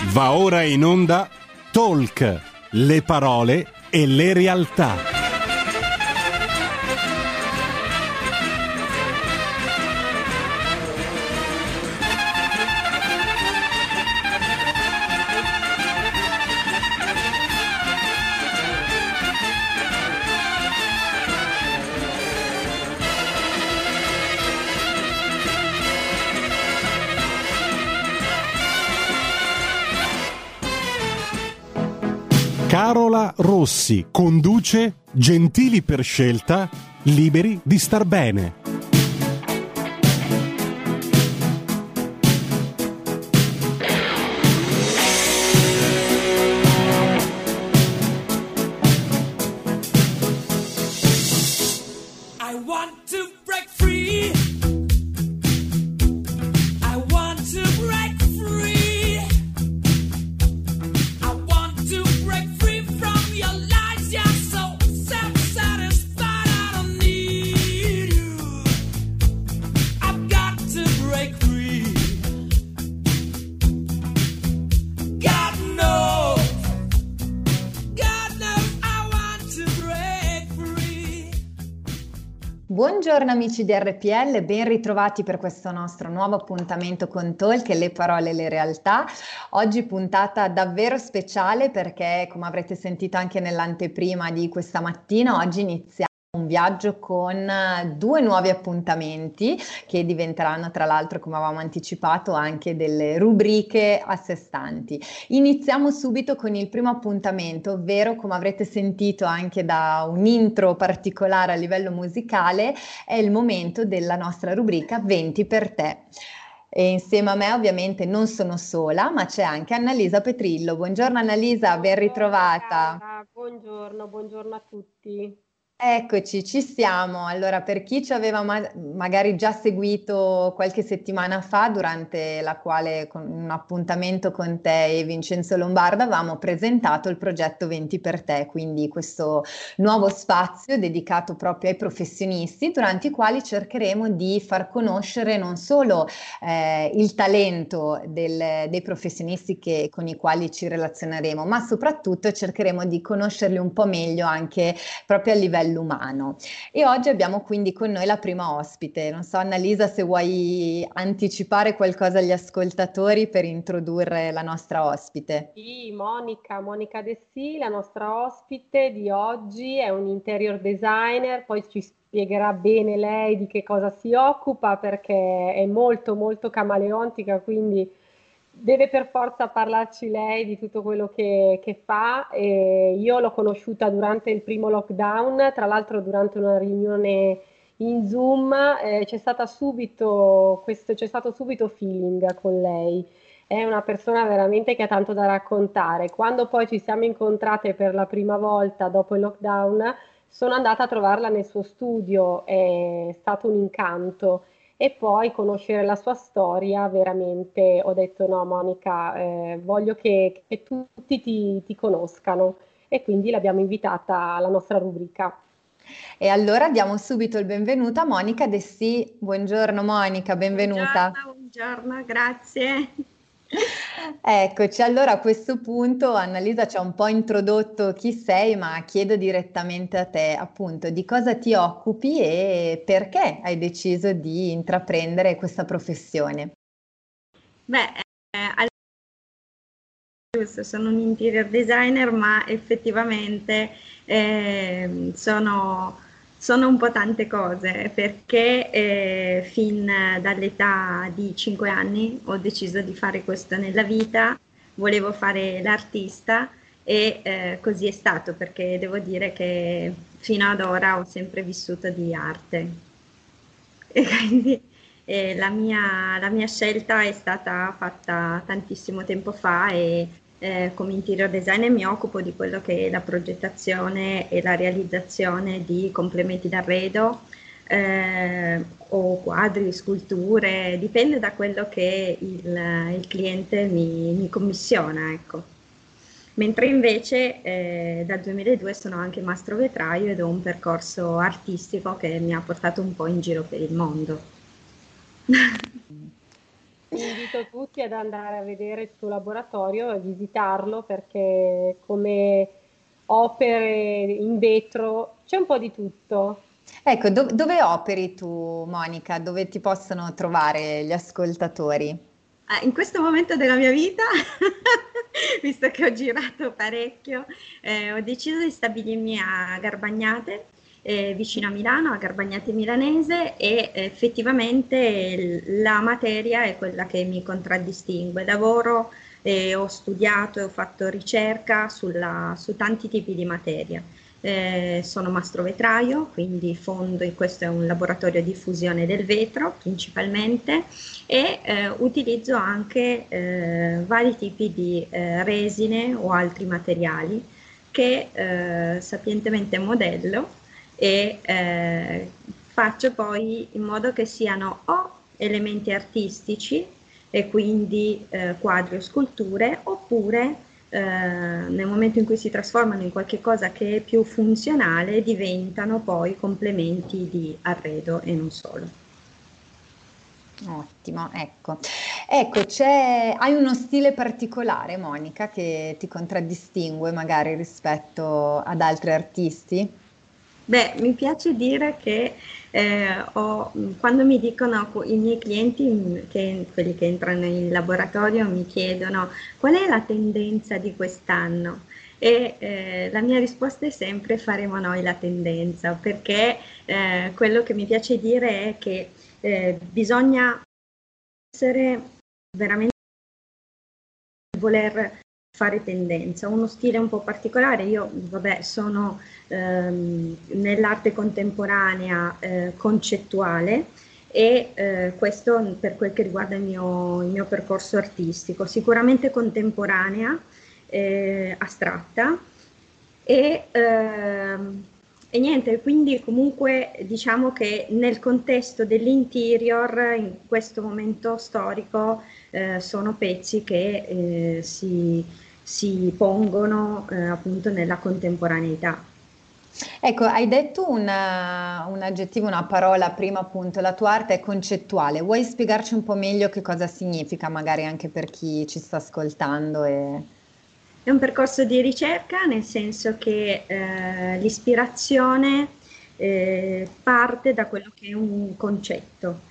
Va ora in onda Talk, le parole e le realtà. Carola Rossi conduce Gentili per scelta, liberi di star bene. Buongiorno amici di RPL, ben ritrovati per questo nostro nuovo appuntamento con Talk, le parole e le realtà. Oggi puntata davvero speciale perché, come avrete sentito anche nell'anteprima di questa mattina, oggi iniziamo un viaggio con due nuovi appuntamenti che diventeranno, tra l'altro, come avevamo anticipato, anche delle rubriche a sé stanti. Iniziamo subito con il primo appuntamento, ovvero, come avrete sentito anche da un intro particolare a livello musicale, è il momento della nostra rubrica 20 per te. E insieme a me ovviamente non sono sola, ma c'è anche Annalisa Petrillo. Buongiorno Annalisa, ben ritrovata. Buongiorno a tutti. Eccoci, ci siamo. Allora, per chi ci aveva magari già seguito qualche settimana fa, durante la quale con un appuntamento con te e Vincenzo Lombardo avevamo presentato il progetto 20 per te, quindi questo nuovo spazio dedicato proprio ai professionisti, durante i quali cercheremo di far conoscere non solo il talento dei professionisti con i quali ci relazioneremo, ma soprattutto cercheremo di conoscerli un po' meglio anche proprio a livello umano. E oggi abbiamo quindi con noi la prima ospite. Non so, Annalisa, se vuoi anticipare qualcosa agli ascoltatori per introdurre la nostra ospite. Sì, Monica Dessì, la nostra ospite di oggi, è un interior designer, poi ci spiegherà bene lei di che cosa si occupa perché è molto molto camaleontica, quindi deve per forza parlarci lei di tutto quello che fa. E io l'ho conosciuta durante il primo lockdown, tra l'altro durante una riunione in Zoom, c'è stato subito feeling con lei. È una persona veramente che ha tanto da raccontare. Quando poi ci siamo incontrate per la prima volta dopo il lockdown, sono andata a trovarla nel suo studio, è stato un incanto. E poi conoscere la sua storia, veramente ho detto no, Monica, voglio che tutti ti conoscano, e quindi l'abbiamo invitata alla nostra rubrica. E allora diamo subito il benvenuto a Monica Dessì. Buongiorno Monica, benvenuta. Buongiorno, grazie. Eccoci, allora a questo punto Annalisa ci ha un po' introdotto chi sei, ma chiedo direttamente a te, appunto, di cosa ti occupi e perché hai deciso di intraprendere questa professione. Sono un interior designer, ma effettivamente sono un po' tante cose, perché fin dall'età di 5 anni ho deciso di fare questo nella vita, volevo fare l'artista e così è stato, perché devo dire che fino ad ora ho sempre vissuto di arte. E quindi la mia scelta è stata fatta tantissimo tempo fa e come interior designer mi occupo di quello che è la progettazione e la realizzazione di complementi d'arredo o quadri, sculture, dipende da quello che il cliente mi commissiona, ecco. Mentre invece dal 2002 sono anche mastro vetraio ed ho un percorso artistico che mi ha portato un po' in giro per il mondo. Invito tutti ad andare a vedere il tuo laboratorio e visitarlo perché come opere in vetro c'è un po' di tutto. Ecco, dove operi tu, Monica? Dove ti possono trovare gli ascoltatori? In questo momento della mia vita, visto che ho girato parecchio, ho deciso di stabilirmi a Garbagnate, vicino a Milano, a Garbagnate Milanese, e effettivamente la materia è quella che mi contraddistingue. Lavoro e ho studiato e ho fatto ricerca su tanti tipi di materia. Sono mastrovetraio, quindi questo è un laboratorio di fusione del vetro principalmente, e utilizzo anche vari tipi di resine o altri materiali che sapientemente modello e faccio poi in modo che siano o elementi artistici e quindi quadri o sculture, oppure nel momento in cui si trasformano in qualche cosa che è più funzionale, diventano poi complementi di arredo e non solo. Ottimo, ecco. Ecco, hai uno stile particolare, Monica, che ti contraddistingue magari rispetto ad altri artisti? Beh, mi piace dire che quando mi dicono i miei clienti, quelli che entrano in laboratorio, mi chiedono qual è la tendenza di quest'anno. E la mia risposta è sempre: faremo noi la tendenza, perché quello che mi piace dire è che bisogna essere veramente, voler fare tendenza, uno stile un po' particolare. Io, vabbè, sono nell'arte contemporanea concettuale, e questo per quel che riguarda il mio percorso artistico, sicuramente contemporanea, astratta, e, e niente, quindi comunque diciamo che nel contesto dell'interior, in questo momento storico, sono pezzi che si pongono appunto nella contemporaneità. Ecco, hai detto un aggettivo, una parola prima, appunto, la tua arte è concettuale. Vuoi spiegarci un po' meglio che cosa significa, magari anche per chi ci sta ascoltando? È un percorso di ricerca, nel senso che l'ispirazione parte da quello che è un concetto.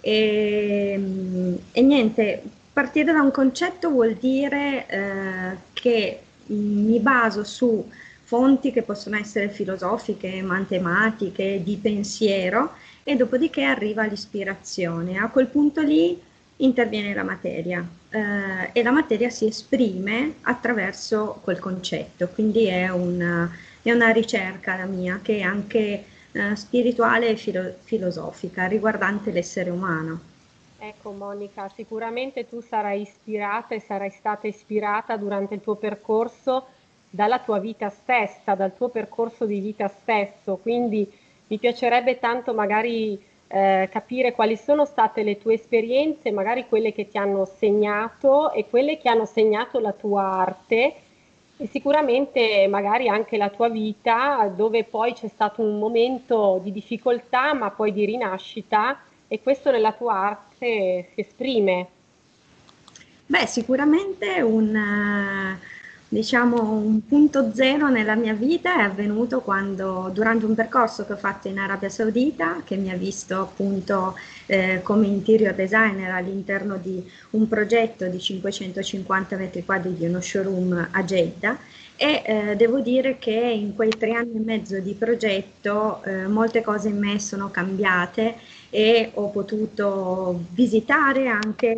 E niente, partire da un concetto vuol dire che mi baso su fonti che possono essere filosofiche, matematiche, di pensiero, e dopodiché arriva l'ispirazione. A quel punto lì interviene la materia, e la materia si esprime attraverso quel concetto, quindi è una ricerca la mia, che è anche spirituale e filosofica, riguardante l'essere umano. Ecco Monica, sicuramente tu sarai ispirata e sarai stata ispirata durante il tuo percorso dalla tua vita stessa, dal tuo percorso di vita stesso, quindi mi piacerebbe tanto magari capire quali sono state le tue esperienze, magari quelle che ti hanno segnato e quelle che hanno segnato la tua arte e sicuramente magari anche la tua vita, dove poi c'è stato un momento di difficoltà, ma poi di rinascita e questo nella tua arte si esprime. Beh, sicuramente diciamo, un punto zero nella mia vita è avvenuto durante un percorso che ho fatto in Arabia Saudita, che mi ha visto appunto come interior designer all'interno di un progetto di 550 metri quadri di uno showroom a Jeddah. E devo dire che in quei 3 anni e mezzo di progetto molte cose in me sono cambiate, e ho potuto visitare anche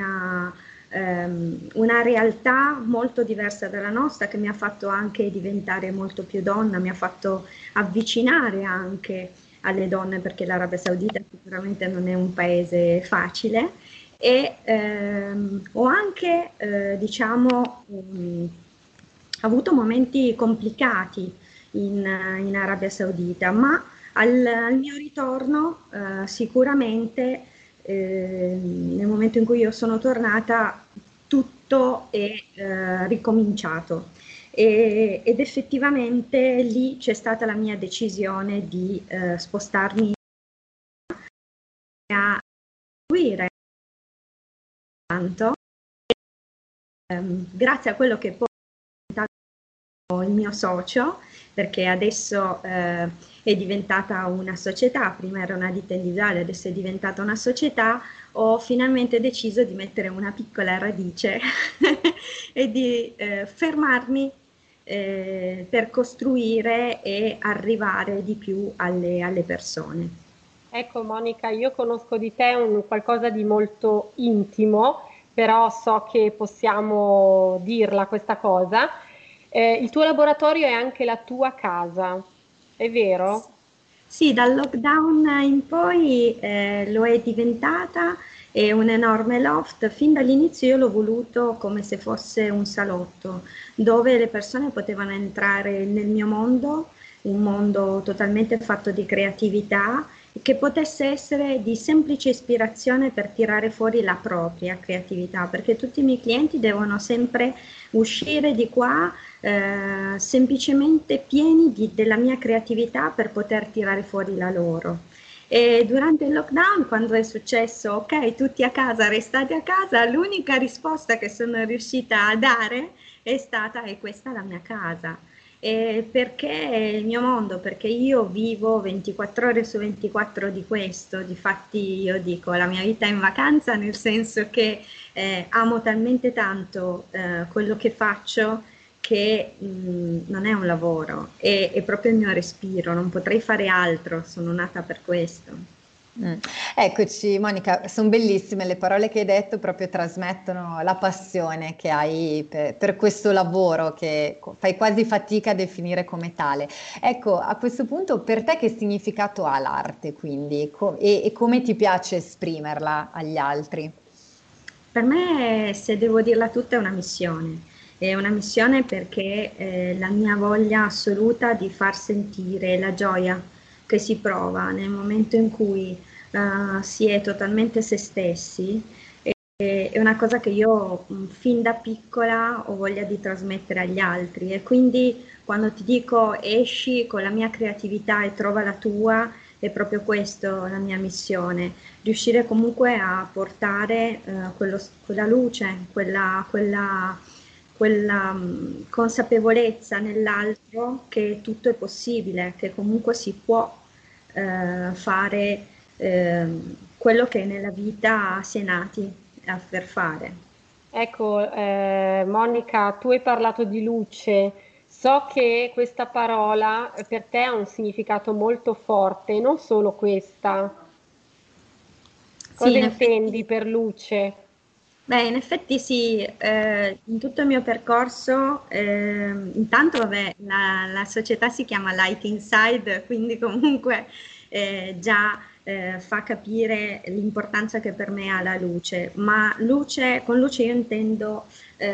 una realtà molto diversa dalla nostra, che mi ha fatto anche diventare molto più donna, mi ha fatto avvicinare anche alle donne, perché l'Arabia Saudita sicuramente non è un paese facile, e ho anche, diciamo, avuto momenti complicati in Arabia Saudita, ma al mio ritorno sicuramente nel momento in cui io sono tornata, tutto è ricominciato. Ed effettivamente lì c'è stata la mia decisione di spostarmi a seguire tanto, grazie a quello che poi è diventato il mio socio, perché adesso è diventata una società, prima era una ditta individuale, adesso è diventata una società, ho finalmente deciso di mettere una piccola radice e di fermarmi per costruire e arrivare di più alle persone. Ecco Monica, io conosco di te un qualcosa di molto intimo, però so che possiamo dirla questa cosa. Il tuo laboratorio è anche la tua casa, è vero? Sì, dal lockdown in poi lo è diventata, è un enorme loft. Fin dall'inizio io l'ho voluto come se fosse un salotto, dove le persone potevano entrare nel mio mondo, un mondo totalmente fatto di creatività, che potesse essere di semplice ispirazione per tirare fuori la propria creatività, perché tutti i miei clienti devono sempre uscire di qua semplicemente pieni della mia creatività per poter tirare fuori la loro. E durante il lockdown, quando è successo, ok, tutti a casa, restate a casa, l'unica risposta che sono riuscita a dare è stata: è questa la mia casa. E perché è il mio mondo? Perché io vivo 24 ore su 24 di questo, difatti io dico la mia vita è in vacanza, nel senso che amo talmente tanto quello che faccio che non è un lavoro, è proprio il mio respiro, non potrei fare altro, sono nata per questo. Eccoci Monica, sono bellissime le parole che hai detto, proprio trasmettono la passione che hai per questo lavoro che fai quasi fatica a definire come tale. Ecco, a questo punto per te che significato ha l'arte quindi e come ti piace esprimerla agli altri? Per me, se devo dirla tutta, è una missione perché la mia voglia assoluta di far sentire la gioia che si prova nel momento in cui si è totalmente se stessi, è una cosa che io fin da piccola ho voglia di trasmettere agli altri, e quindi quando ti dico esci con la mia creatività e trova la tua, è proprio questo la mia missione, riuscire comunque a portare quella luce, quella consapevolezza nell'altro che tutto è possibile, che comunque si può fare quello che nella vita si è nati per fare. Ecco, Monica, tu hai parlato di luce. So che questa parola per te ha un significato molto forte, non solo questa. Sì, Cosa in intendi effetti, per luce? beh, in effetti sì, in tutto il mio percorso, intanto vabbè, la società si chiama Light Inside, quindi comunque già fa capire l'importanza che per me ha la luce, ma con luce io intendo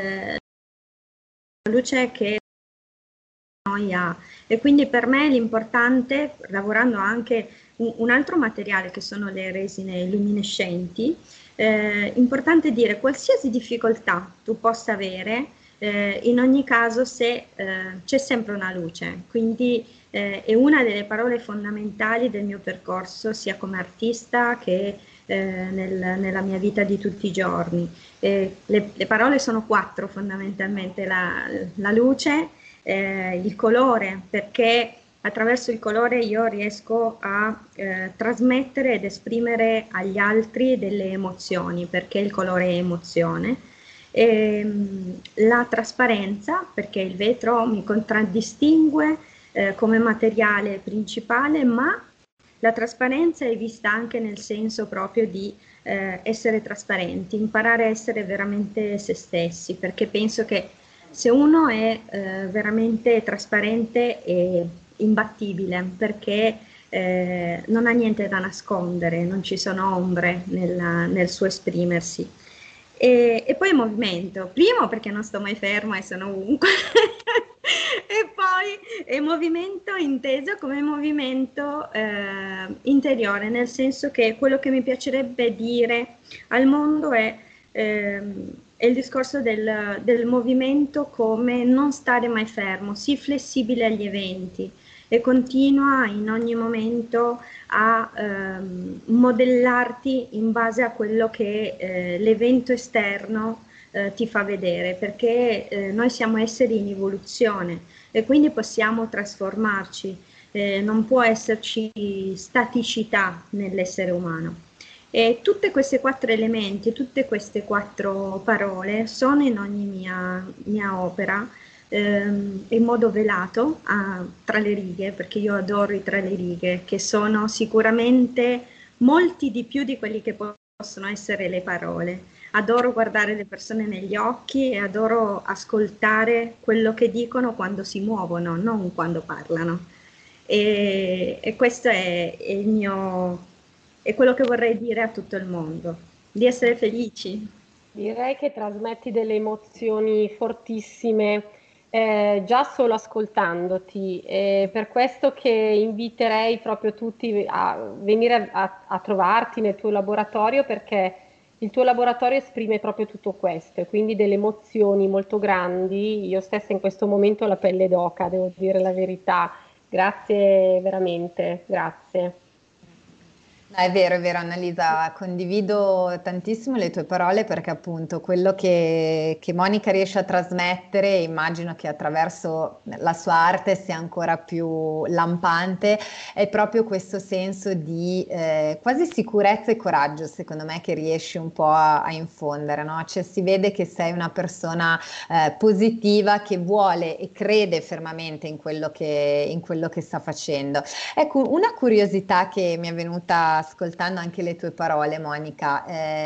luce che noi ha, e quindi per me l'importante, lavorando anche un altro materiale che sono le resine luminescenti, importante dire qualsiasi difficoltà tu possa avere, in ogni caso se c'è sempre una luce, quindi è una delle parole fondamentali del mio percorso sia come artista che nella mia vita di tutti i giorni. Le parole sono quattro fondamentalmente: la luce, il colore, perché attraverso il colore io riesco a trasmettere ed esprimere agli altri delle emozioni, perché il colore è emozione. La trasparenza, perché il vetro mi contraddistingue come materiale principale, ma la trasparenza è vista anche nel senso proprio di essere trasparenti, imparare a essere veramente se stessi, perché penso che se uno è veramente trasparente è imbattibile, perché non ha niente da nascondere, non ci sono ombre nel suo esprimersi. E poi il movimento, primo perché non sto mai ferma e sono ovunque, e poi è movimento inteso come movimento interiore, nel senso che quello che mi piacerebbe dire al mondo è il discorso del movimento come non stare mai fermo, sii flessibile agli eventi, e continua in ogni momento a modellarti in base a quello che l'evento esterno ti fa vedere, perché noi siamo esseri in evoluzione e quindi possiamo trasformarci, non può esserci staticità nell'essere umano. E tutte queste 4 elementi, tutte queste 4 parole sono in ogni mia opera, in modo velato tra le righe, perché io adoro i tra le righe, che sono sicuramente molti di più di quelli che possono essere le parole. Adoro guardare le persone negli occhi e adoro ascoltare quello che dicono quando si muovono, non quando parlano. E questo è il mio, è quello che vorrei dire a tutto il mondo, di essere felici. Direi che trasmetti delle emozioni fortissime, già solo ascoltandoti. Per questo che inviterei proprio tutti a venire a trovarti nel tuo laboratorio, perché il tuo laboratorio esprime proprio tutto questo, e quindi delle emozioni molto grandi. Io stessa in questo momento ho la pelle d'oca, devo dire la verità. Grazie veramente, grazie. No, è vero Annalisa, condivido tantissimo le tue parole perché appunto quello che Monica riesce a trasmettere, immagino che attraverso la sua arte sia ancora più lampante, è proprio questo senso di quasi sicurezza e coraggio, secondo me, che riesci un po' a infondere, no? Cioè si vede che sei una persona positiva, che vuole e crede fermamente in quello che sta facendo. Ecco, una curiosità che mi è venuta ascoltando anche le tue parole, Monica,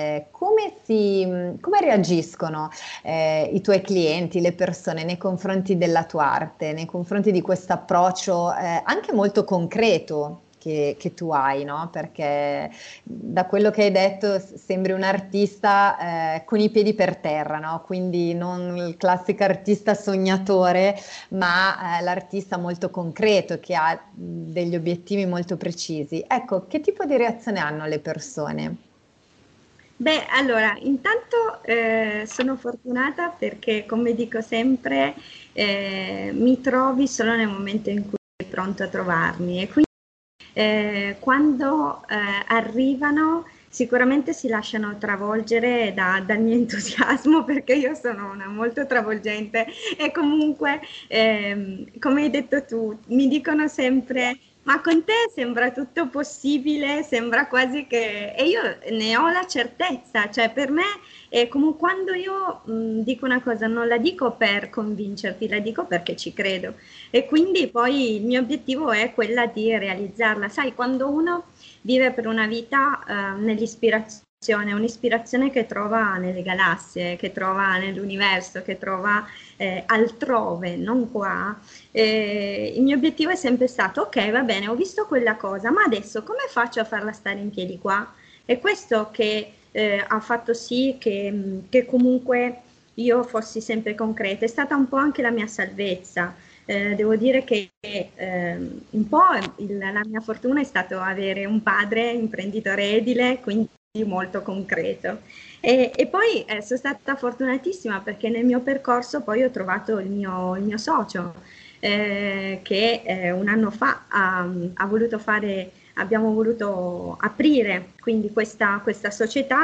come reagiscono i tuoi clienti, le persone nei confronti della tua arte, nei confronti di questo approccio anche molto concreto che tu hai, no? Perché da quello che hai detto sembri un artista con i piedi per terra, no? Quindi non il classico artista sognatore, ma l'artista molto concreto che ha degli obiettivi molto precisi. Ecco, che tipo di reazione hanno le persone? Beh, allora, intanto sono fortunata perché, come dico sempre, mi trovi solo nel momento in cui sei pronto a trovarmi e quindi quando arrivano sicuramente si lasciano travolgere dal mio entusiasmo perché io sono una molto travolgente e comunque, come hai detto tu, mi dicono sempre ma con te sembra tutto possibile, sembra quasi che... E io ne ho la certezza, cioè per me è come quando io dico una cosa, non la dico per convincerti, la dico perché ci credo. E quindi poi il mio obiettivo è quella di realizzarla. Sai, quando uno vive per una vita nell'ispirazione, un'ispirazione che trova nelle galassie, che trova nell'universo, che trova altrove, non qua, il mio obiettivo è sempre stato, ok, va bene, ho visto quella cosa, ma adesso come faccio a farla stare in piedi qua? E questo che ha fatto sì che comunque io fossi sempre concreta, è stata un po' anche la mia salvezza. Devo dire che un po' la mia fortuna è stato avere un padre imprenditore edile, quindi molto concreto. E poi sono stata fortunatissima perché nel mio percorso poi ho trovato il mio socio che un anno fa ha voluto fare, abbiamo voluto aprire quindi questa società.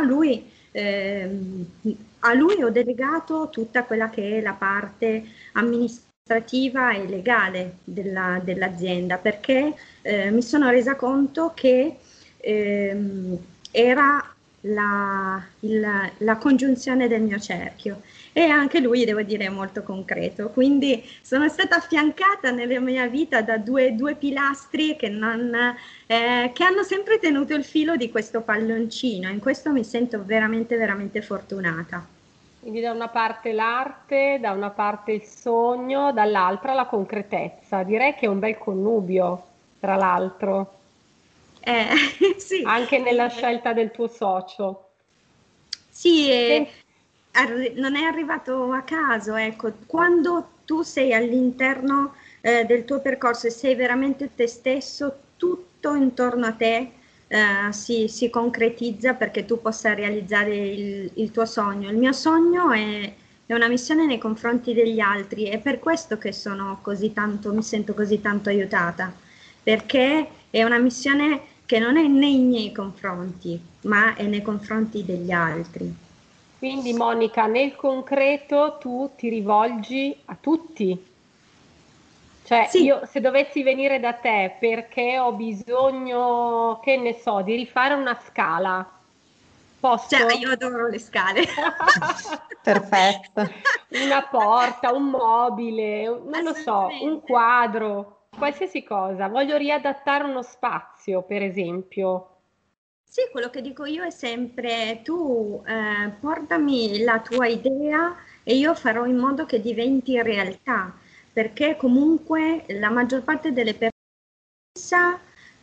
A lui ho delegato tutta quella che è la parte amministrativa e legale dell'azienda perché mi sono resa conto che era la congiunzione del mio cerchio e anche lui, devo dire, è molto concreto, quindi sono stata affiancata nella mia vita da due pilastri che hanno sempre tenuto il filo di questo palloncino. In questo mi sento veramente veramente fortunata. Quindi da una parte l'arte, da una parte il sogno, dall'altra la concretezza. Direi che è un bel connubio, tra l'altro. Sì. Anche nella scelta del tuo socio. Sì, non è arrivato a caso, ecco, quando tu sei all'interno del tuo percorso e sei veramente te stesso, tutto intorno a te si concretizza perché tu possa realizzare il tuo sogno. Il mio sogno è è una missione nei confronti degli altri. È per questo che mi sento così tanto aiutata, perché è una missione che non è nei miei confronti, ma è nei confronti degli altri. Quindi Monica, nel concreto tu ti rivolgi a tutti. Cioè, Sì, io se dovessi venire da te perché ho bisogno, che ne so, di rifare una scala, cioè posso? io adoro le scale. Perfetto. Una porta, un mobile, non lo so, un Assolutamente. quadro, qualsiasi cosa. Voglio riadattare uno spazio, per esempio. Sì, quello che dico io è sempre tu portami la tua idea e io farò in modo che diventi realtà, perché comunque la maggior parte delle persone pensa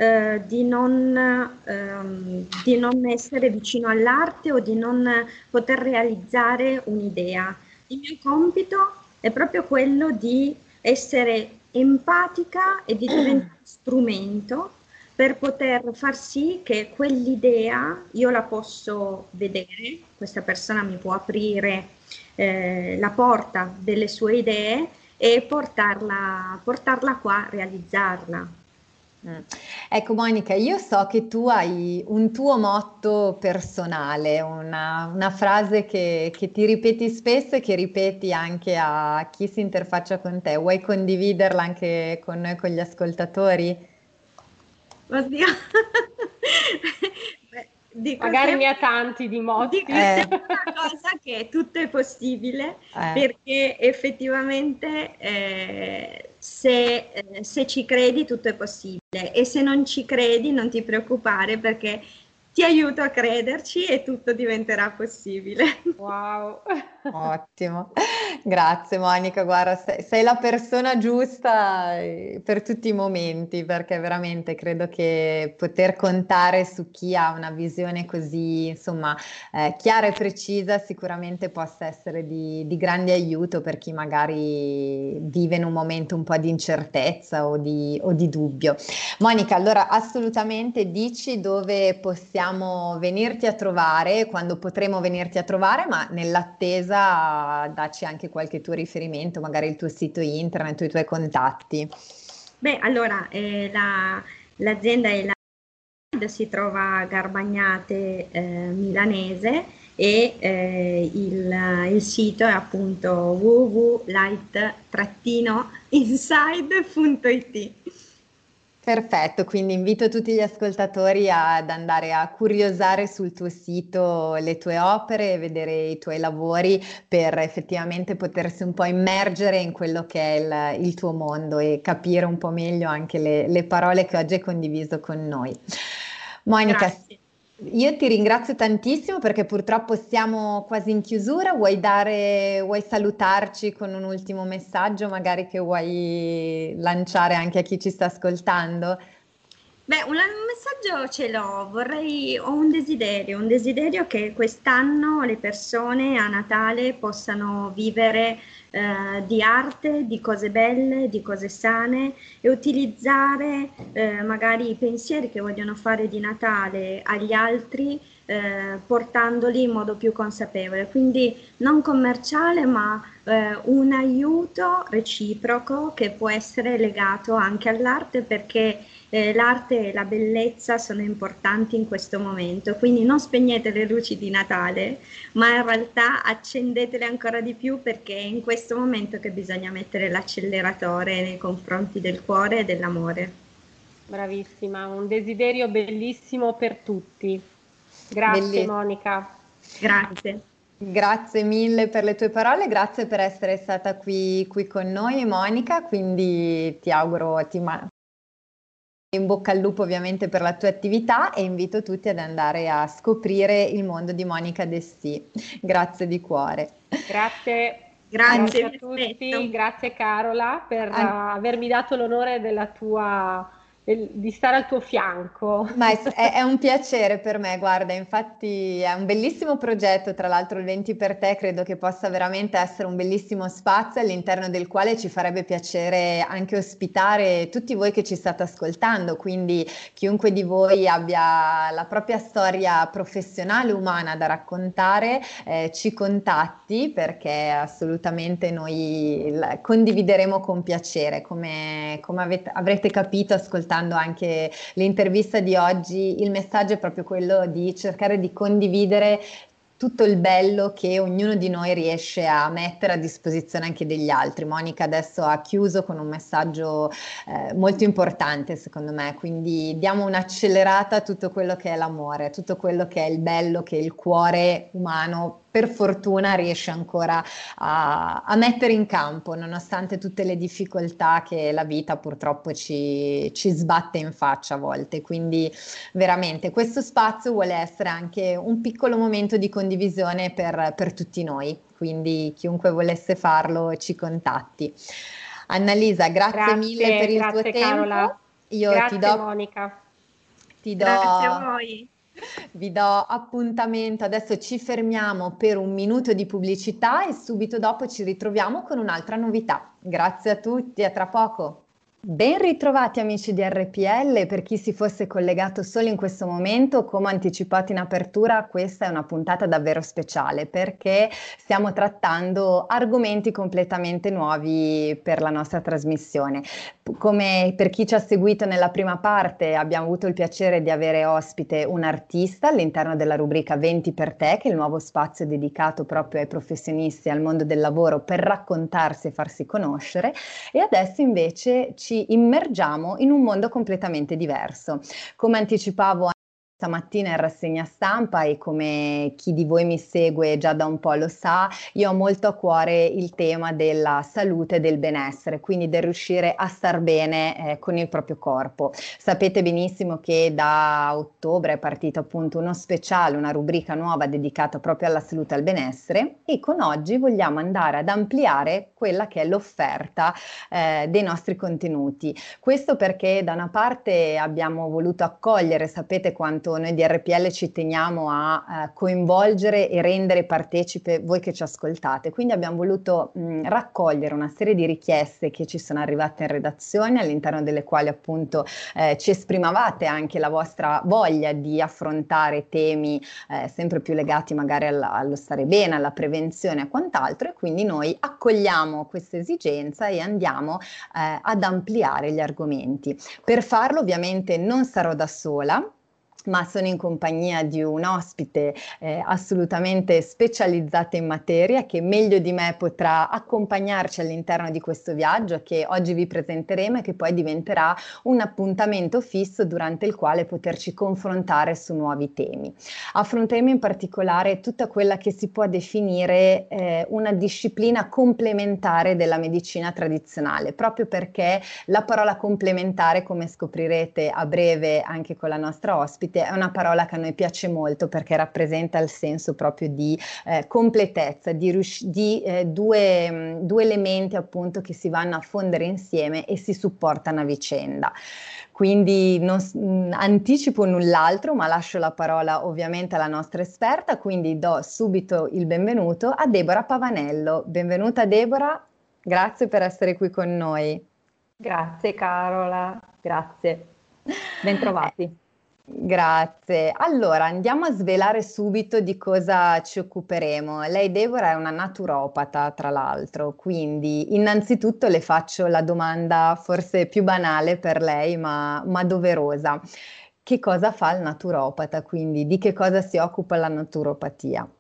di non essere vicino all'arte o di non poter realizzare un'idea. Il mio compito è proprio quello di essere empatica e di diventare strumento per poter far sì che quell'idea io la posso vedere, questa persona mi può aprire la porta delle sue idee e portarla qua, realizzarla. Mm. Ecco Monica, io so che tu hai un tuo motto personale, una frase che ti ripeti spesso e che ripeti anche a chi si interfaccia con te. Vuoi condividerla anche con noi, con gli ascoltatori? Oddio. Beh, Magari ne ha tanti di dico motti. sempre una cosa che tutto è possibile Eh. perché effettivamente se ci credi tutto è possibile e se non ci credi non ti preoccupare perché ti aiuto a crederci e tutto diventerà possibile. Wow. Ottimo, grazie Monica, guarda, sei la persona giusta per tutti i momenti, perché veramente credo che poter contare su chi ha una visione così, insomma, chiara e precisa sicuramente possa essere di grande aiuto per chi magari vive in un momento un po' di incertezza o di dubbio. Monica, allora assolutamente dici dove possiamo venirti a trovare, quando potremo venirti a trovare, ma nell'attesa dacci anche qualche tuo riferimento, magari il tuo sito internet o i tuoi contatti. Beh, allora, l'azienda è si trova a Garbagnate Milanese e il sito è appunto www.light-inside.it. Perfetto, quindi invito tutti gli ascoltatori ad andare a curiosare sul tuo sito le tue opere, vedere i tuoi lavori per effettivamente potersi un po' immergere in quello che è il tuo mondo e capire un po' meglio anche le parole che oggi hai condiviso con noi. Monica, Grazie. io ti ringrazio tantissimo perché purtroppo siamo quasi in chiusura. Vuoi salutarci con un ultimo messaggio, magari che vuoi lanciare anche a chi ci sta ascoltando? Beh, un messaggio ce l'ho, ho un desiderio che quest'anno le persone a Natale possano vivere di arte, di cose belle, di cose sane e utilizzare magari i pensieri che vogliono fare di Natale agli altri portandoli in modo più consapevole. Quindi non commerciale, ma un aiuto reciproco che può essere legato anche all'arte perché l'arte e la bellezza sono importanti in questo momento, quindi non spegnete le luci di Natale, ma in realtà accendetele ancora di più perché è in questo momento che bisogna mettere l'acceleratore nei confronti del cuore e dell'amore. Bravissima, un desiderio bellissimo per tutti. Grazie Bellissimo. Monica. Grazie. Grazie mille per le tue parole, grazie per essere stata qui con noi, Monica. Quindi ti auguro, in bocca al lupo ovviamente per la tua attività e invito tutti ad andare a scoprire il mondo di Monica Dessì. Grazie di cuore. Grazie, Grazie, grazie a vi tutti, aspetto. grazie Carola per An- avermi dato l'onore della tua di stare al tuo fianco. Ma è un piacere per me, guarda, infatti è un bellissimo progetto, tra l'altro il 20 per te credo che possa veramente essere un bellissimo spazio all'interno del quale ci farebbe piacere anche ospitare tutti voi che ci state ascoltando, quindi chiunque di voi abbia la propria storia professionale, umana da raccontare, ci contatti perché assolutamente noi condivideremo con piacere, come avrete capito ascoltando anche l'intervista di oggi, il messaggio è proprio quello di cercare di condividere tutto il bello che ognuno di noi riesce a mettere a disposizione anche degli altri. Monica adesso ha chiuso con un messaggio molto importante secondo me, quindi diamo un'accelerata a tutto quello che è l'amore, tutto quello che è il bello che il cuore umano per fortuna riesce ancora a mettere in campo, nonostante tutte le difficoltà che la vita purtroppo ci sbatte in faccia a volte. Quindi veramente questo spazio vuole essere anche un piccolo momento di condivisione per tutti noi, quindi chiunque volesse farlo ci contatti. Annalisa, grazie mille per il tuo tempo. Carola. Io grazie Monica. Grazie a voi. Vi do appuntamento, adesso ci fermiamo per un minuto di pubblicità e subito dopo ci ritroviamo con un'altra novità. Grazie a tutti, a tra poco. Ben ritrovati amici di RPL, per chi si fosse collegato solo in questo momento, come anticipato in apertura, questa è una puntata davvero speciale perché stiamo trattando argomenti completamente nuovi per la nostra trasmissione. Come per chi ci ha seguito nella prima parte, abbiamo avuto il piacere di avere ospite un artista all'interno della rubrica 20 per te, che è il nuovo spazio dedicato proprio ai professionisti, al mondo del lavoro per raccontarsi e farsi conoscere, e adesso invece ci immergiamo in un mondo completamente diverso. Come anticipavo stamattina in rassegna stampa e come chi di voi mi segue già da un po' lo sa, io ho molto a cuore il tema della salute e del benessere, quindi del riuscire a star bene con il proprio corpo. Sapete benissimo che da ottobre è partito appunto uno speciale, una rubrica nuova dedicata proprio alla salute e al benessere, e con oggi vogliamo andare ad ampliare quella che è l'offerta dei nostri contenuti. Questo perché da una parte abbiamo voluto accogliere, sapete quanto noi di RPL ci teniamo a coinvolgere e rendere partecipe voi che ci ascoltate, quindi abbiamo voluto raccogliere una serie di richieste che ci sono arrivate in redazione, all'interno delle quali appunto ci esprimavate anche la vostra voglia di affrontare temi sempre più legati magari allo stare bene, alla prevenzione e quant'altro, e quindi noi accogliamo questa esigenza e andiamo ad ampliare gli argomenti. Per farlo ovviamente non sarò da sola, ma sono in compagnia di un ospite assolutamente specializzata in materia, che meglio di me potrà accompagnarci all'interno di questo viaggio che oggi vi presenteremo e che poi diventerà un appuntamento fisso durante il quale poterci confrontare su nuovi temi. Affronteremo in particolare tutta quella che si può definire una disciplina complementare della medicina tradizionale, proprio perché la parola complementare, come scoprirete a breve anche con la nostra ospite, è una parola che a noi piace molto perché rappresenta il senso proprio di completezza, di due elementi appunto che si vanno a fondere insieme e si supportano a vicenda. Quindi non anticipo null'altro, ma lascio la parola ovviamente alla nostra esperta, quindi do subito il benvenuto a Deborah Pavanello. Benvenuta Deborah, grazie per essere qui con noi. Grazie Carola, grazie. Bentrovati. Grazie. Allora, andiamo a svelare subito di cosa ci occuperemo. Lei, Deborah, è una naturopata, tra l'altro, quindi innanzitutto le faccio la domanda forse più banale per lei, ma doverosa. Che cosa fa il naturopata? Quindi di che cosa si occupa la naturopatia?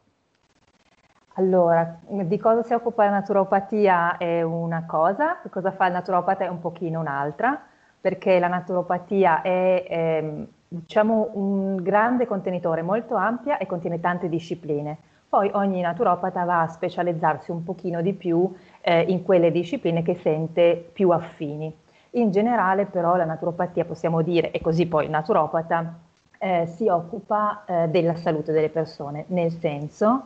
Allora, di cosa si occupa la naturopatia è una cosa, che cosa fa il naturopata è un pochino un'altra, perché la naturopatia è diciamo un grande contenitore molto ampia e contiene tante discipline. Poi ogni naturopata va a specializzarsi un pochino di più in quelle discipline che sente più affini. In generale però la naturopatia, possiamo dire, e così poi il naturopata si occupa della salute delle persone, nel senso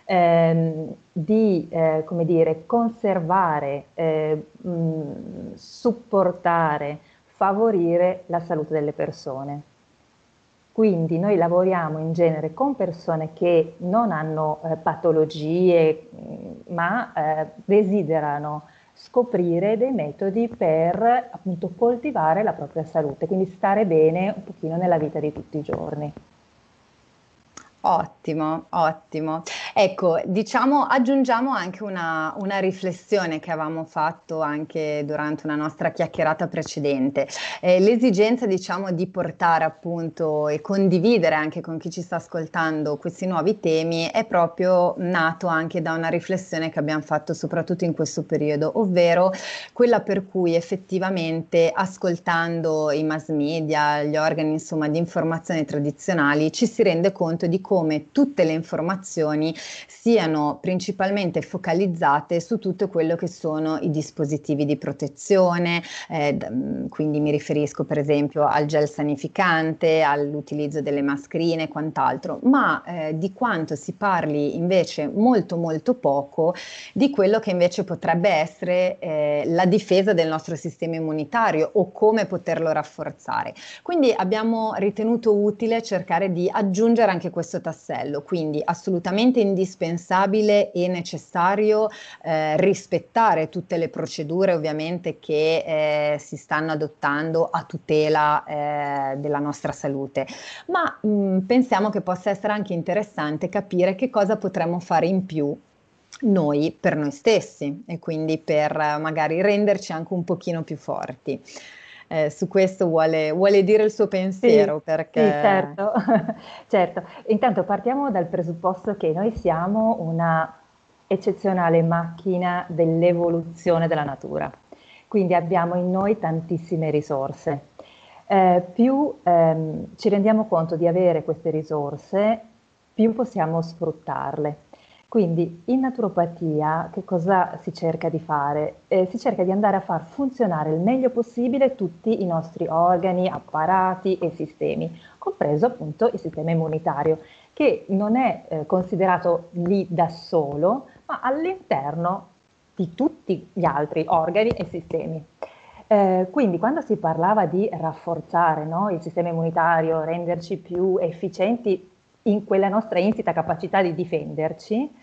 di come dire, conservare, supportare, favorire la salute delle persone. Quindi noi lavoriamo in genere con persone che non hanno patologie, ma desiderano scoprire dei metodi per appunto coltivare la propria salute, quindi stare bene un pochino nella vita di tutti i giorni. Ottimo, ottimo. Ecco, diciamo, aggiungiamo anche una riflessione che avevamo fatto anche durante una nostra chiacchierata precedente. L'esigenza, diciamo, di portare appunto e condividere anche con chi ci sta ascoltando questi nuovi temi è proprio nato anche da una riflessione che abbiamo fatto soprattutto in questo periodo, ovvero quella per cui effettivamente ascoltando i mass media, gli organi insomma di informazione tradizionali, ci si rende conto di come tutte le informazioni siano principalmente focalizzate su tutto quello che sono i dispositivi di protezione, quindi mi riferisco per esempio al gel sanificante, all'utilizzo delle mascherine e quant'altro, ma di quanto si parli invece molto molto poco di quello che invece potrebbe essere la difesa del nostro sistema immunitario o come poterlo rafforzare. Quindi abbiamo ritenuto utile cercare di aggiungere anche questo tassello, quindi assolutamente indispensabile e necessario rispettare tutte le procedure ovviamente che si stanno adottando a tutela della nostra salute, ma pensiamo che possa essere anche interessante capire che cosa potremmo fare in più noi per noi stessi e quindi per magari renderci anche un pochino più forti. Su questo vuole dire il suo pensiero, Sì, perché... sì, certo, certo. Intanto partiamo dal presupposto che noi siamo una eccezionale macchina dell'evoluzione della natura, quindi abbiamo in noi tantissime risorse. Più ci rendiamo conto di avere queste risorse, più possiamo sfruttarle. Quindi in naturopatia che cosa si cerca di fare? Si cerca di andare a far funzionare il meglio possibile tutti i nostri organi, apparati e sistemi, compreso appunto il sistema immunitario, che non è considerato lì da solo, ma all'interno di tutti gli altri organi e sistemi. Quindi quando si parlava di rafforzare, no, il sistema immunitario, renderci più efficienti in quella nostra insita capacità di difenderci,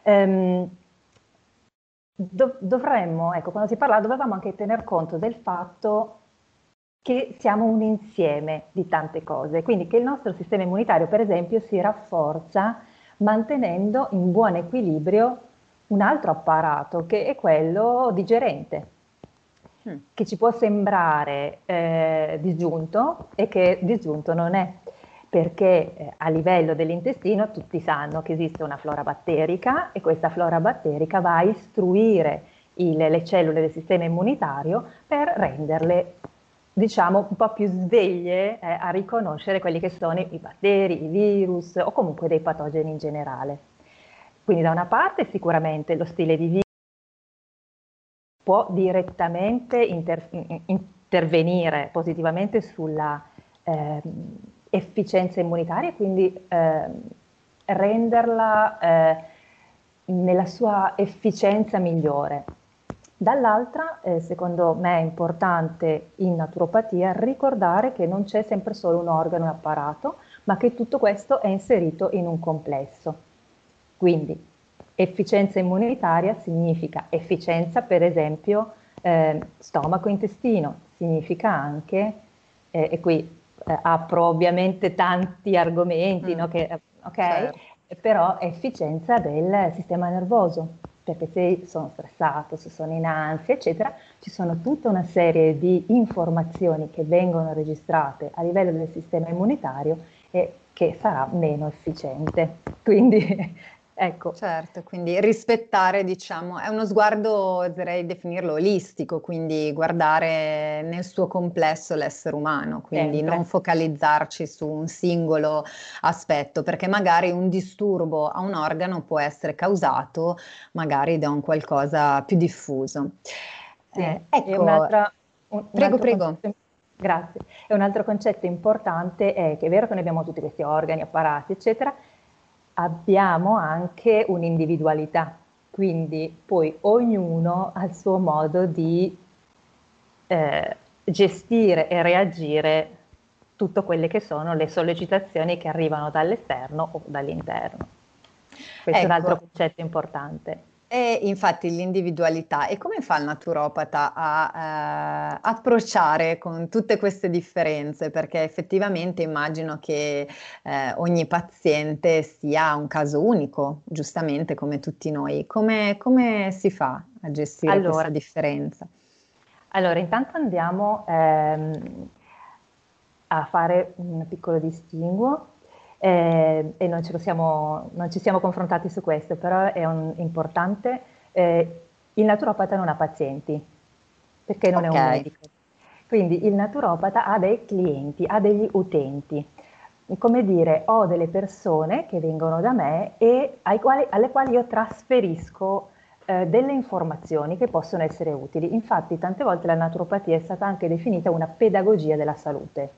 dovremmo, ecco, quando si parla, dovevamo anche tener conto del fatto che siamo un insieme di tante cose, quindi che il nostro sistema immunitario, per esempio, si rafforza mantenendo in buon equilibrio un altro apparato che è quello digerente, che ci può sembrare disgiunto e che disgiunto non è, perché a livello dell'intestino tutti sanno che esiste una flora batterica e questa flora batterica va a istruire le cellule del sistema immunitario per renderle, diciamo, un po' più sveglie a riconoscere quelli che sono i batteri, i virus o comunque dei patogeni in generale. Quindi da una parte sicuramente lo stile di vita può direttamente intervenire positivamente sulla efficienza immunitaria, quindi renderla nella sua efficienza migliore. Dall'altra, secondo me è importante in naturopatia ricordare che non c'è sempre solo un organo e un apparato, ma che tutto questo è inserito in un complesso. Quindi efficienza immunitaria significa efficienza, per esempio, stomaco-intestino, significa anche, e qui apro ovviamente tanti argomenti, no, che, certo. però efficienza del sistema nervoso, perché se sono stressato, se sono in ansia, eccetera, ci sono tutta una serie di informazioni che vengono registrate a livello del sistema immunitario e che sarà meno efficiente. Quindi ecco. Certo, quindi rispettare, diciamo, è uno sguardo, oserei definirlo olistico, quindi guardare nel suo complesso l'essere umano, quindi Sempre. non focalizzarci su un singolo aspetto, perché magari un disturbo a un organo può essere causato magari da un qualcosa più diffuso. Sì. E Ecco, prego, prego. Concetto, grazie. E un altro concetto importante è che è vero che noi abbiamo tutti questi organi, apparati, eccetera, abbiamo anche un'individualità, quindi poi ognuno ha il suo modo di gestire e reagire tutte quelle che sono le sollecitazioni che arrivano dall'esterno o dall'interno. Questo è un altro concetto importante. E infatti l'individualità, e come fa il naturopata a approcciare con tutte queste differenze? Perché effettivamente immagino che ogni paziente sia un caso unico, giustamente come tutti noi. Come si fa a gestire questa differenza? Allora, intanto andiamo a fare un piccolo distinguo. E non ci siamo confrontati su questo, però è importante. Il naturopata non ha pazienti, perché non è un medico. Quindi il naturopata ha dei clienti, ha degli utenti. Come dire, ho delle persone che vengono da me e alle quali io trasferisco delle informazioni che possono essere utili. Infatti, tante volte la naturopatia è stata anche definita una pedagogia della salute.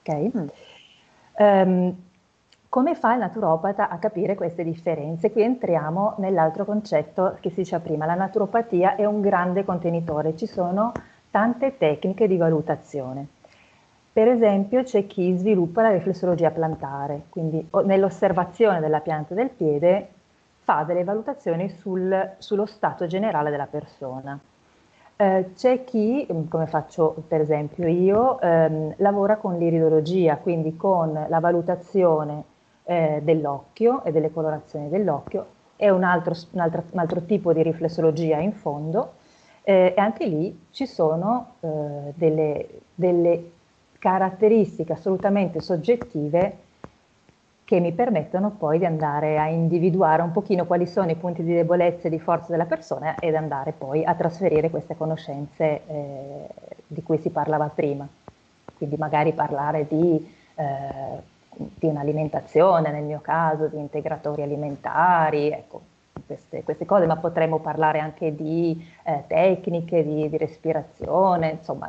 Ok? Come fa il naturopata a capire queste differenze? Qui entriamo nell'altro concetto che si diceva prima, la naturopatia è un grande contenitore, ci sono tante tecniche di valutazione. Per esempio c'è chi sviluppa la riflessologia plantare, quindi nell'osservazione della pianta del piede fa delle valutazioni sullo stato generale della persona. C'è chi, come faccio per esempio io, lavora con l'iridologia, quindi con la valutazione dell'occhio e delle colorazioni dell'occhio, è un altro tipo di riflessologia in fondo, e anche lì ci sono delle caratteristiche assolutamente soggettive che mi permettono poi di andare a individuare un pochino quali sono i punti di debolezza e di forza della persona ed andare poi a trasferire queste conoscenze di cui si parlava prima. Quindi magari parlare di un'alimentazione, nel mio caso, di integratori alimentari, ecco, queste cose, ma potremmo parlare anche di tecniche di respirazione, insomma,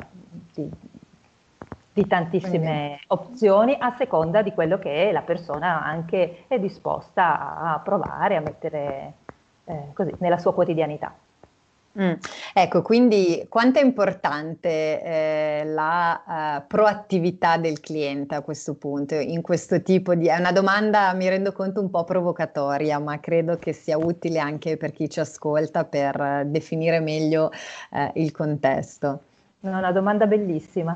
di tantissime opzioni a seconda di quello che la persona anche è disposta a provare, a mettere così nella sua quotidianità. Ecco, quindi quanto è importante la proattività del cliente a questo punto, in questo tipo di... È una domanda, mi rendo conto, un po' provocatoria, ma credo che sia utile anche per chi ci ascolta per definire meglio il contesto. È una domanda bellissima,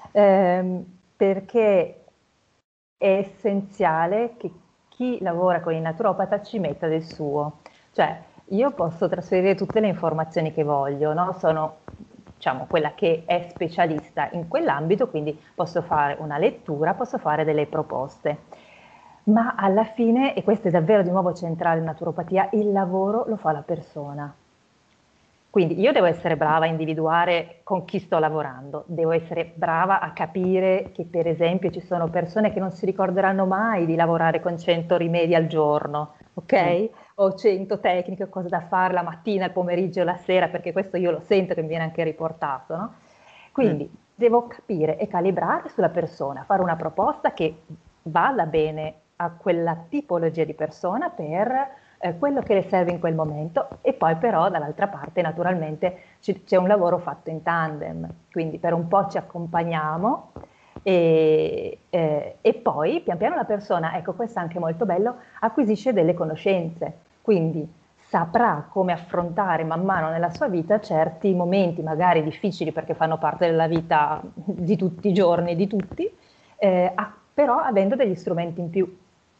perché è essenziale che chi lavora con il naturopata ci metta del suo, cioè io posso trasferire tutte le informazioni che voglio, no? Sono, diciamo, quella che è specialista in quell'ambito, quindi posso fare una lettura, posso fare delle proposte. Ma alla fine, e questo è davvero di nuovo centrale in naturopatia, il lavoro lo fa la persona. Quindi io devo essere brava a individuare con chi sto lavorando, devo essere brava a capire che per esempio ci sono persone che non si ricorderanno mai di lavorare con 100 rimedi al giorno, ok? O 100 tecniche o cose da fare la mattina, il pomeriggio e la sera, perché questo io lo sento che mi viene anche riportato, no? Quindi devo capire e calibrare sulla persona, fare una proposta che vada bene a quella tipologia di persona per quello che le serve in quel momento, e poi però dall'altra parte naturalmente c'è un lavoro fatto in tandem, quindi per un po' ci accompagniamo e poi pian piano la persona, ecco questo è anche molto bello, acquisisce delle conoscenze, quindi saprà come affrontare man mano nella sua vita certi momenti magari difficili perché fanno parte della vita di tutti i giorni di tutti, però avendo degli strumenti in più.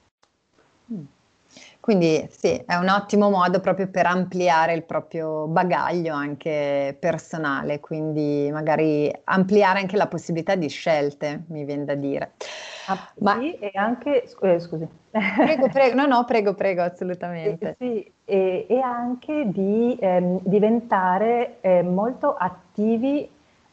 Quindi sì, è un ottimo modo proprio per ampliare il proprio bagaglio anche personale, quindi magari ampliare anche la possibilità di scelte, mi viene da dire. Sì, e anche, scusi. Prego, no, prego, assolutamente. Sì, e anche di diventare molto attivi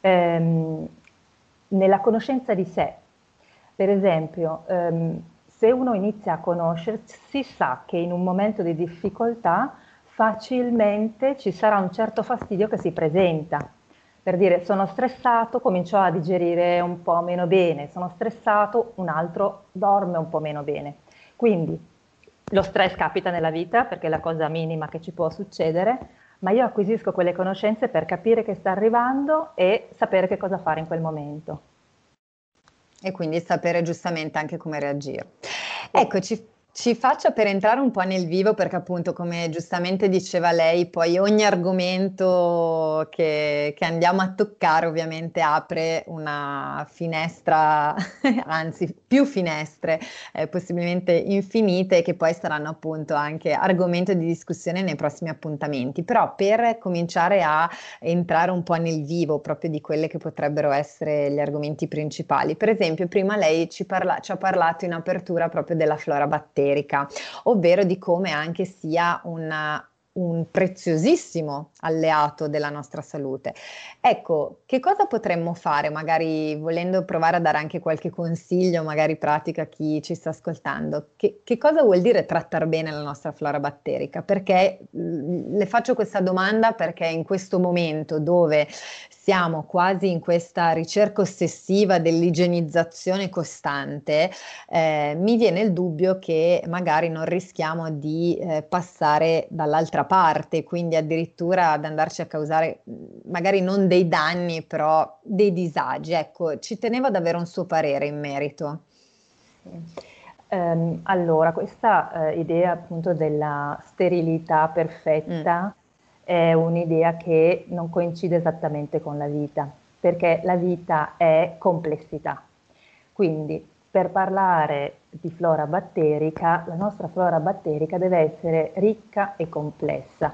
nella conoscenza di sé. Per esempio, se uno inizia a conoscersi, sa che in un momento di difficoltà facilmente ci sarà un certo fastidio che si presenta. Per dire, sono stressato, comincio a digerire un po' meno bene, sono stressato, un altro dorme un po' meno bene. Quindi lo stress capita nella vita perché è la cosa minima che ci può succedere, ma io acquisisco quelle conoscenze per capire che sta arrivando e sapere che cosa fare in quel momento. E quindi sapere giustamente anche come reagire. Sì. Ecco, ci faccia per entrare un po' nel vivo, perché appunto, come giustamente diceva lei, poi ogni argomento che andiamo a toccare ovviamente apre una finestra, anzi più finestre, possibilmente infinite, che poi saranno appunto anche argomento di discussione nei prossimi appuntamenti. Però per cominciare a entrare un po' nel vivo proprio di quelle che potrebbero essere gli argomenti principali. Per esempio, prima lei ci ha parlato in apertura proprio della flora batterica, ovvero di come anche sia un preziosissimo alleato della nostra salute. Ecco, che cosa potremmo fare, magari volendo provare a dare anche qualche consiglio, magari pratica a chi ci sta ascoltando? Che cosa vuol dire trattar bene la nostra flora batterica? Perché le faccio questa domanda perché in questo momento dove siamo quasi in questa ricerca ossessiva dell'igienizzazione costante, mi viene il dubbio che magari non rischiamo di passare dall'altra parte, quindi addirittura ad andarci a causare magari non dei danni, però dei disagi. Ecco, ci tenevo ad avere un suo parere in merito. Allora, questa idea appunto della sterilità perfetta è un'idea che non coincide esattamente con la vita, perché la vita è complessità. Quindi, per parlare di flora batterica, la nostra flora batterica deve essere ricca e complessa.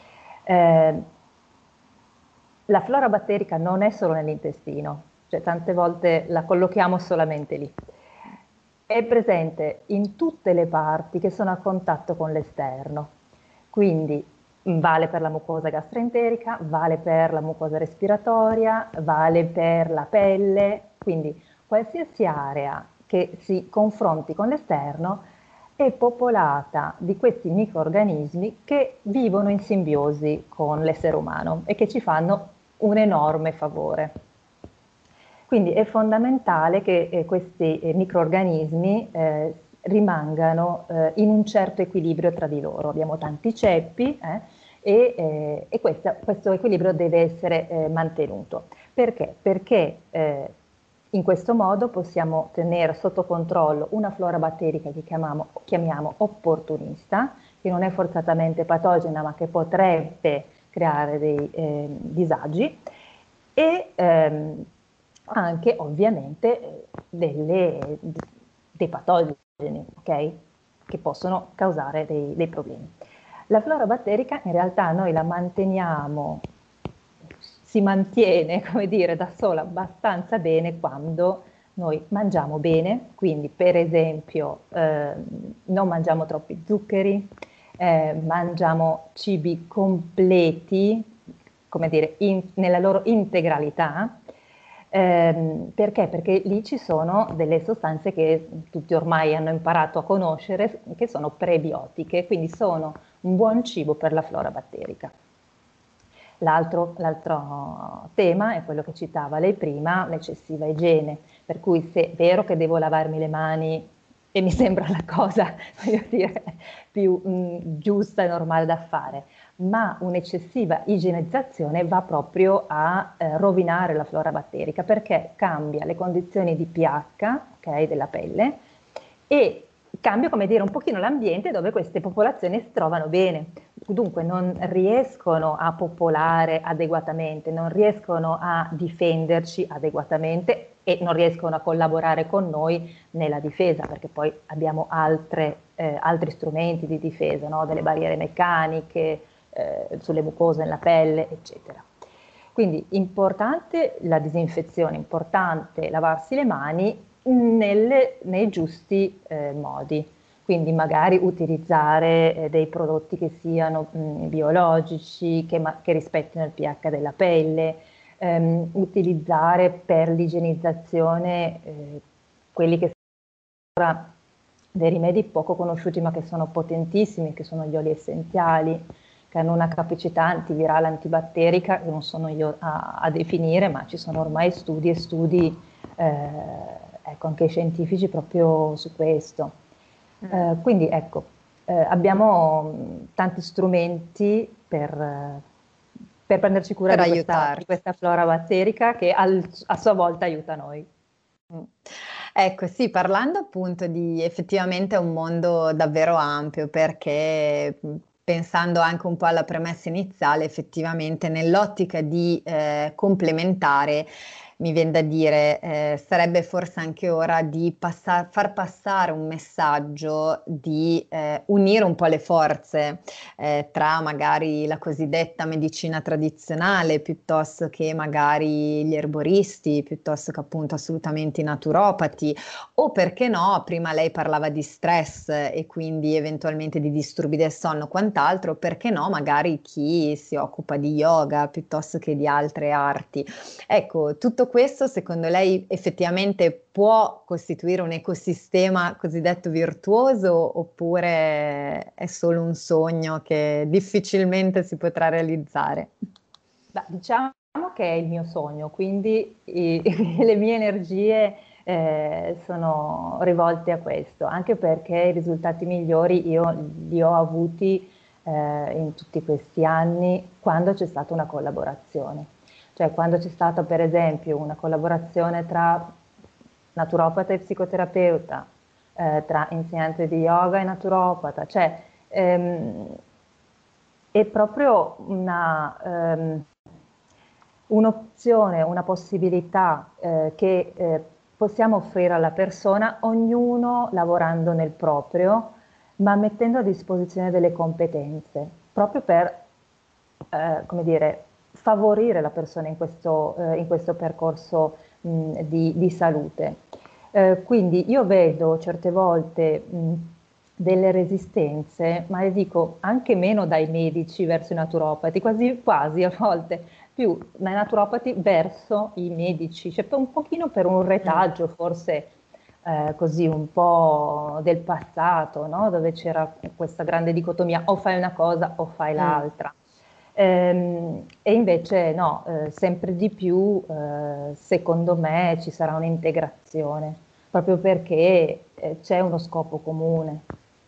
La flora batterica non è solo nell'intestino, cioè tante volte la collochiamo solamente lì. È presente in tutte le parti che sono a contatto con l'esterno, quindi vale per la mucosa gastroenterica, vale per la mucosa respiratoria, vale per la pelle, quindi qualsiasi area che si confronti con l'esterno è popolata di questi microrganismi che vivono in simbiosi con l'essere umano e che ci fanno un enorme favore. Quindi è fondamentale che questi microrganismi rimangano in un certo equilibrio tra di loro. Abbiamo tanti ceppi e questo equilibrio deve essere mantenuto. Perché? Perché in questo modo possiamo tenere sotto controllo una flora batterica che chiamiamo opportunista, che non è forzatamente patogena ma che potrebbe creare dei disagi e anche ovviamente dei patogeni, ok? Che possono causare dei problemi. La flora batterica in realtà noi la manteniamo, si mantiene, come dire, da sola abbastanza bene quando noi mangiamo bene, quindi per esempio non mangiamo troppi zuccheri, mangiamo cibi completi, come dire, nella loro integralità. Perché? Perché lì ci sono delle sostanze che tutti ormai hanno imparato a conoscere, che sono prebiotiche, quindi sono un buon cibo per la flora batterica. L'altro tema è quello che citava lei prima, l'eccessiva igiene, per cui se è vero che devo lavarmi le mani e mi sembra la cosa, voglio dire, più giusta e normale da fare, ma un'eccessiva igienizzazione va proprio a rovinare la flora batterica perché cambia le condizioni di pH, okay, della pelle e cambia, come dire, un pochino l'ambiente dove queste popolazioni si trovano bene. Dunque non riescono a popolare adeguatamente, non riescono a difenderci adeguatamente e non riescono a collaborare con noi nella difesa, perché poi abbiamo altri strumenti di difesa, no? Delle barriere meccaniche, sulle mucose nella pelle, eccetera. Quindi importante la disinfezione, importante lavarsi le mani nei giusti modi, quindi magari utilizzare dei prodotti che siano biologici, che rispettino il pH della pelle, utilizzare per l'igienizzazione quelli che sono dei rimedi poco conosciuti ma che sono potentissimi, che sono gli oli essenziali, che hanno una capacità antivirale, antibatterica, che non sono io a definire, ma ci sono ormai studi e studi ecco, anche scientifici proprio su questo. Quindi ecco, abbiamo tanti strumenti per, per prenderci cura per di questa flora batterica che a sua volta aiuta noi. Ecco, sì, parlando appunto di effettivamente è un mondo davvero ampio perché pensando anche un po' alla premessa iniziale, effettivamente nell'ottica di complementare, mi viene da dire, sarebbe forse anche ora di far passare un messaggio di unire un po' le forze tra magari la cosiddetta medicina tradizionale piuttosto che magari gli erboristi, piuttosto che appunto assolutamente i naturopati o perché no, prima lei parlava di stress e quindi eventualmente di disturbi del sonno, quant'altro, perché no, magari chi si occupa di yoga piuttosto che di altre arti. Ecco, tutto questo secondo lei effettivamente può costituire un ecosistema cosiddetto virtuoso oppure è solo un sogno che difficilmente si potrà realizzare? Beh, diciamo che è il mio sogno, quindi le mie energie sono rivolte a questo, anche perché i risultati migliori io li ho avuti in tutti questi anni quando c'è stata una collaborazione. Cioè quando c'è stata per esempio una collaborazione tra naturopata e psicoterapeuta, tra insegnante di yoga e naturopata, cioè è proprio un'opzione, una possibilità che possiamo offrire alla persona, ognuno lavorando nel proprio, ma mettendo a disposizione delle competenze, proprio per, come dire, favorire la persona in questo percorso di salute. Quindi io vedo certe volte delle resistenze, ma le dico anche meno dai medici verso i naturopati, quasi quasi a volte più dai naturopati verso i medici, cioè un pochino per un retaggio forse così un po' del passato, no? Dove c'era questa grande dicotomia o fai una cosa o fai l'altra. E invece no, sempre di più secondo me ci sarà un'integrazione, proprio perché c'è uno scopo comune.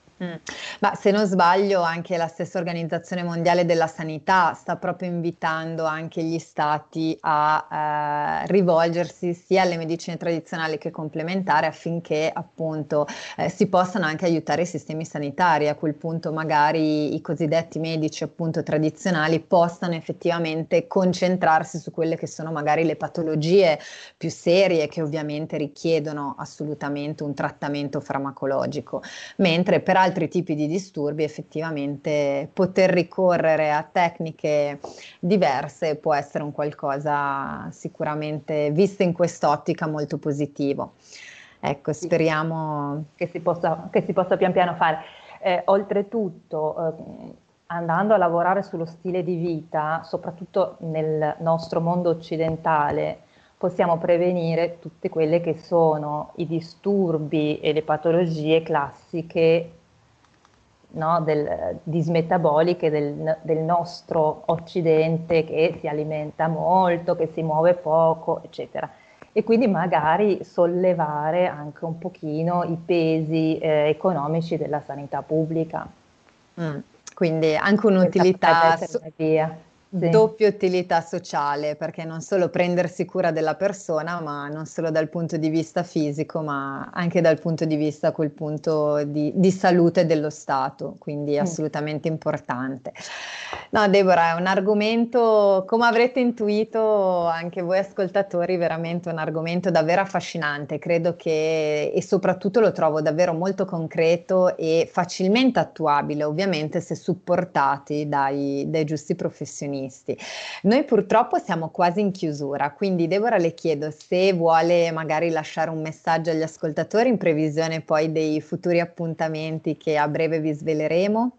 Ma se non sbaglio, anche la stessa Organizzazione Mondiale della Sanità sta proprio invitando anche gli stati a rivolgersi sia alle medicine tradizionali che complementari affinché appunto si possano anche aiutare i sistemi sanitari. A quel punto magari i cosiddetti medici appunto tradizionali possano effettivamente concentrarsi su quelle che sono magari le patologie più serie che ovviamente richiedono assolutamente un trattamento farmacologico, mentre per altri tipi di disturbi effettivamente poter ricorrere a tecniche diverse può essere un qualcosa sicuramente visto in quest'ottica molto positivo. Ecco, speriamo che si possa pian piano fare. Oltretutto, andando a lavorare sullo stile di vita, soprattutto nel nostro mondo occidentale, possiamo prevenire tutte quelle che sono i disturbi e le patologie classiche, no, dismetaboliche del nostro Occidente che si alimenta molto, che si muove poco, eccetera. E quindi magari sollevare anche un pochino i pesi economici della sanità pubblica. Quindi anche un'utilità, doppia utilità sociale, perché non solo prendersi cura della persona, ma non solo dal punto di vista fisico, ma anche dal punto di vista, quel punto di salute dello Stato, quindi assolutamente importante. No, Deborah, è un argomento, come avrete intuito anche voi ascoltatori, veramente un argomento davvero affascinante. Credo che, e soprattutto lo trovo davvero molto concreto e facilmente attuabile, ovviamente se supportati dai giusti professionisti. Noi purtroppo siamo quasi in chiusura, quindi Deborah le chiedo se vuole magari lasciare un messaggio agli ascoltatori in previsione poi dei futuri appuntamenti che a breve vi sveleremo.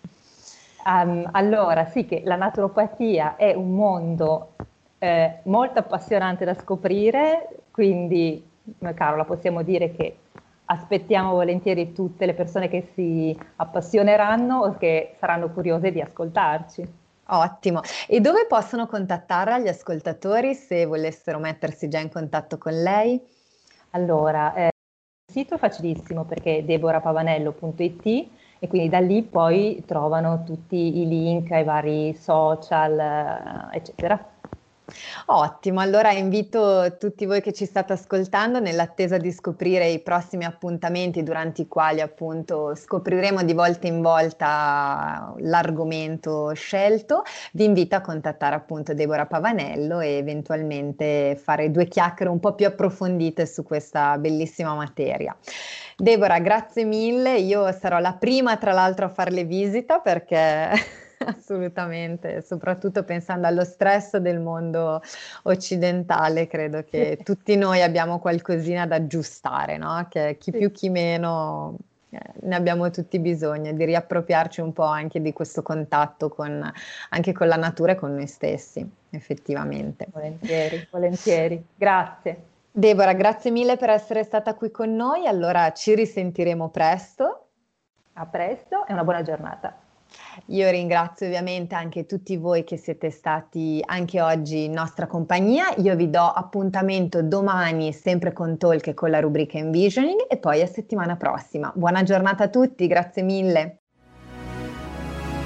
Allora, sì, che la naturopatia è un mondo molto appassionante da scoprire, quindi noi Carola possiamo dire che aspettiamo volentieri tutte le persone che si appassioneranno o che saranno curiose di ascoltarci. Ottimo. E dove possono contattarla gli ascoltatori se volessero mettersi già in contatto con lei? Allora, il sito è facilissimo perché è deborapavanello.it e quindi da lì poi trovano tutti i link ai vari social, eccetera. Ottimo, allora invito tutti voi che ci state ascoltando, nell'attesa di scoprire i prossimi appuntamenti durante i quali appunto scopriremo di volta in volta l'argomento scelto, vi invito a contattare appunto Deborah Pavanello e eventualmente fare due chiacchiere un po' più approfondite su questa bellissima materia. Deborah, grazie mille, io sarò la prima tra l'altro a farle visita perché assolutamente, soprattutto pensando allo stress del mondo occidentale, credo che tutti noi abbiamo qualcosina da aggiustare, no? Che chi più chi meno ne abbiamo tutti bisogno di riappropriarci un po' anche di questo contatto anche con la natura e con noi stessi, effettivamente. Volentieri, volentieri. Grazie. Deborah, grazie mille per essere stata qui con noi, allora ci risentiremo presto. A presto e una buona giornata. Io ringrazio ovviamente anche tutti voi che siete stati anche oggi in nostra compagnia. Io vi do appuntamento domani sempre con Talk e con la rubrica Envisioning e poi a settimana prossima. Buona giornata a tutti, grazie mille.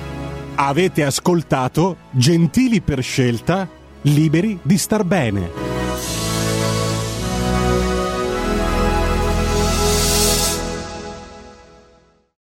Avete ascoltato Gentili per scelta, liberi di star bene.